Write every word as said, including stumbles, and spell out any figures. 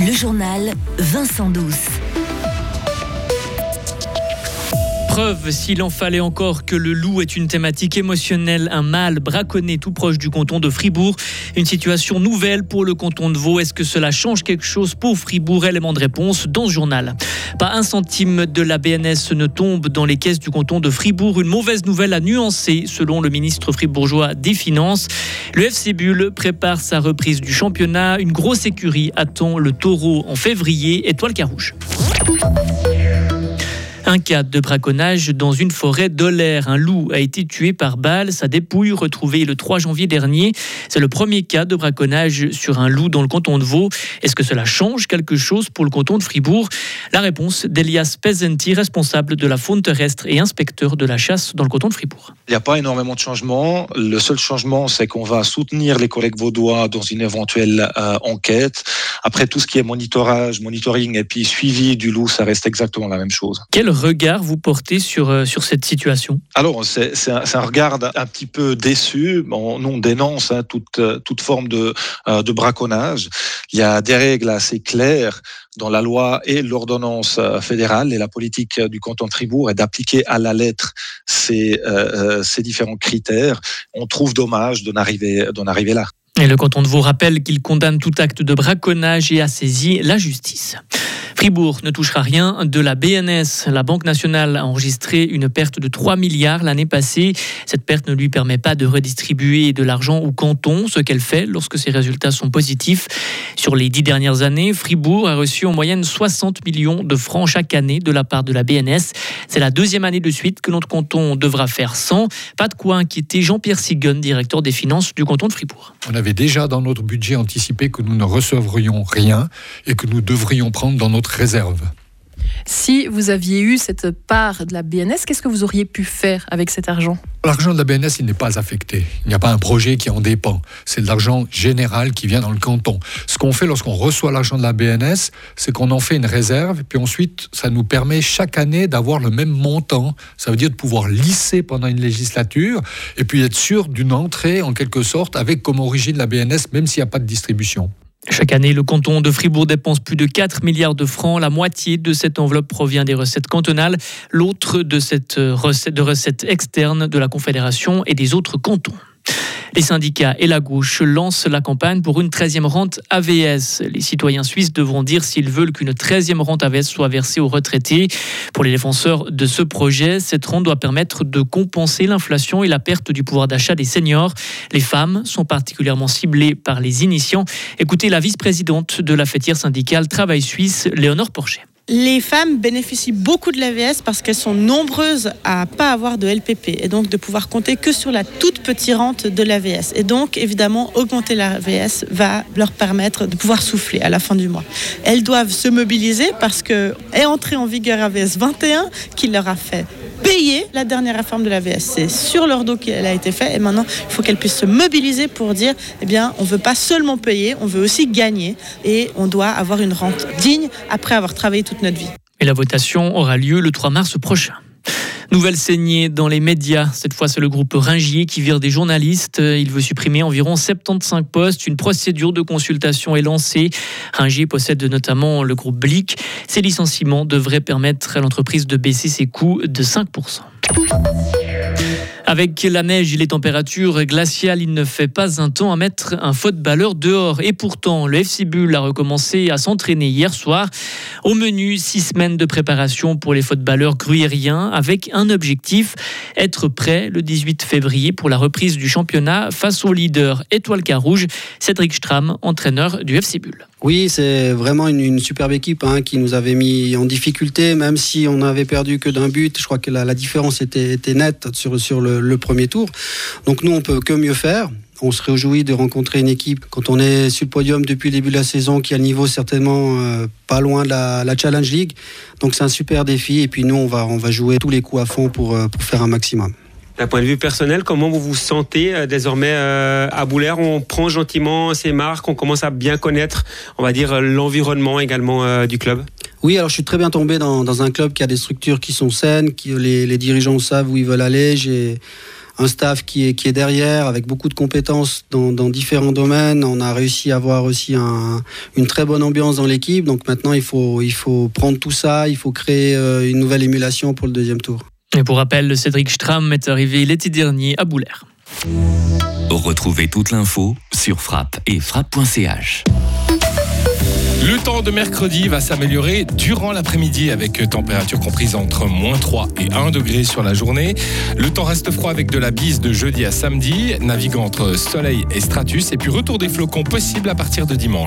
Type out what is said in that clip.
Le journal Vincent Douce. Preuve, s'il en fallait encore, que le loup est une thématique émotionnelle. Un mâle braconné tout proche du canton de Fribourg. Une situation nouvelle pour le canton de Vaud. Est-ce que cela change quelque chose pour Fribourg? Élément de réponse dans ce journal. Pas un centime de la B N S ne tombe dans les caisses du canton de Fribourg. Une mauvaise nouvelle à nuancer, selon le ministre fribourgeois des Finances. Le F C Bull prépare sa reprise du championnat. Une grosse écurie attend le Taureau en février. Étoile Carouge. Un cas de braconnage dans une forêt d'Ollers. Un loup a été tué par balle, sa dépouille retrouvée le trois janvier dernier. C'est le premier cas de braconnage sur un loup dans le canton de Vaud. Est-ce que cela change quelque chose pour le canton de Fribourg? La réponse d'Elias Pezenti, responsable de la faune terrestre et inspecteur de la chasse dans le canton de Fribourg. Il n'y a pas énormément de changements. Le seul changement, c'est qu'on va soutenir les collègues vaudois dans une éventuelle euh, enquête. Après, tout ce qui est monitorage, monitoring et puis suivi du loup, ça reste exactement la même chose. Quel regard vous portez sur, euh, sur cette situation? Alors, c'est, c'est, un, c'est un regard un petit peu déçu. On, on dénonce hein, toute, toute forme de, euh, de braconnage. Il y a des règles assez claires dans la loi et l'ordonnance fédérale, et la politique du canton de Fribourg est d'appliquer à la lettre ces, euh, ces différents critères. On trouve dommage d'en arriver, d'en arriver là. Et le canton de Vaud rappelle qu'il condamne tout acte de braconnage et a saisi la justice. Fribourg ne touchera rien de la B N S. La Banque nationale a enregistré une perte de trois milliards l'année passée. Cette perte ne lui permet pas de redistribuer de l'argent au canton, ce qu'elle fait lorsque ses résultats sont positifs. Sur les dix dernières années, Fribourg a reçu en moyenne soixante millions de francs chaque année de la part de la B N S. C'est la deuxième année de suite que notre canton devra faire cent. Pas de quoi inquiéter Jean-Pierre Sigun, directeur des finances du canton de Fribourg. On avait déjà dans notre budget anticipé que nous ne recevrions rien et que nous devrions prendre dans notre réserve. Si vous aviez eu cette part de la B N S, qu'est-ce que vous auriez pu faire avec cet argent? L'argent de la B N S, il n'est pas affecté. Il n'y a pas un projet qui en dépend. C'est de l'argent général qui vient dans le canton. Ce qu'on fait lorsqu'on reçoit l'argent de la B N S, c'est qu'on en fait une réserve, et puis ensuite, ça nous permet chaque année d'avoir le même montant. Ça veut dire de pouvoir lisser pendant une législature, et puis être sûr d'une entrée, en quelque sorte, avec comme origine la B N S, même s'il n'y a pas de distribution. Chaque année, le canton de Fribourg dépense plus de quatre milliards de francs. La moitié de cette enveloppe provient des recettes cantonales, l'autre de, cette recette, de recettes externes de la Confédération et des autres cantons. Les syndicats et la gauche lancent la campagne pour une treizième rente A V S. Les citoyens suisses devront dire s'ils veulent qu'une treizième rente A V S soit versée aux retraités. Pour les défenseurs de ce projet, cette rente doit permettre de compenser l'inflation et la perte du pouvoir d'achat des seniors. Les femmes sont particulièrement ciblées par les initiants. Écoutez la vice-présidente de la fêtière syndicale Travail Suisse, Léonore Porcher. Les femmes bénéficient beaucoup de l'A V S parce qu'elles sont nombreuses à ne pas avoir de L P P et donc de pouvoir compter que sur la toute petite rente de l'A V S. Et donc, évidemment, augmenter l'A V S va leur permettre de pouvoir souffler à la fin du mois. Elles doivent se mobiliser parce qu'est entrée en vigueur A V S vingt et un qui leur a fait payer la dernière réforme de l'A V S. C'est sur leur dos qu'elle a été faite et maintenant, il faut qu'elles puissent se mobiliser pour dire eh bien, on ne veut pas seulement payer, on veut aussi gagner et on doit avoir une rente digne après avoir travaillé toute notre vie. Et la votation aura lieu le trois mars prochain. Nouvelle saignée dans les médias. Cette fois, c'est le groupe Ringier qui vire des journalistes. Il veut supprimer environ soixante-quinze postes. Une procédure de consultation est lancée. Ringier possède notamment le groupe Blick. Ces licenciements devraient permettre à l'entreprise de baisser ses coûts de cinq pour cent. Avec la neige et les températures glaciales, il ne fait pas un temps à mettre un footballeur dehors. Et pourtant, le F C Bull a recommencé à s'entraîner hier soir. Au menu, six semaines de préparation pour les footballeurs gruyériens avec un objectif, être prêt le dix-huit février pour la reprise du championnat face au leader Étoile Carouge, Cédric Stram, entraîneur du F C Bull. Oui, c'est vraiment une, une superbe équipe hein, qui nous avait mis en difficulté, même si on n'avait perdu que d'un but. Je crois que la, la différence était, était nette sur, sur le, le premier tour. Donc nous, on peut que mieux faire. On se réjouit de rencontrer une équipe, quand on est sur le podium depuis le début de la saison, qui a le niveau certainement euh, pas loin de la, la Challenge League. Donc c'est un super défi. Et puis nous, on va, on va jouer tous les coups à fond pour, pour faire un maximum. D'un point de vue personnel, comment vous vous sentez euh, désormais euh, à Boulers? On prend gentiment ses marques, on commence à bien connaître, on va dire, l'environnement également euh, du club. Oui, alors je suis très bien tombé dans, dans un club qui a des structures qui sont saines, qui les, les dirigeants savent où ils veulent aller. J'ai un staff qui est, qui est derrière, avec beaucoup de compétences dans, dans différents domaines. On a réussi à avoir aussi un, une très bonne ambiance dans l'équipe. Donc maintenant, il faut, il faut prendre tout ça, il faut créer une nouvelle émulation pour le deuxième tour. Et pour rappel, Cédric Strahm est arrivé l'été dernier à Boulers. Retrouvez toute l'info sur Frappe et frappe point c h. Le temps de mercredi va s'améliorer durant l'après-midi avec température comprise entre moins trois et un degré sur la journée. Le temps reste froid avec de la bise de jeudi à samedi, naviguant entre soleil et stratus et puis retour des flocons possible à partir de dimanche.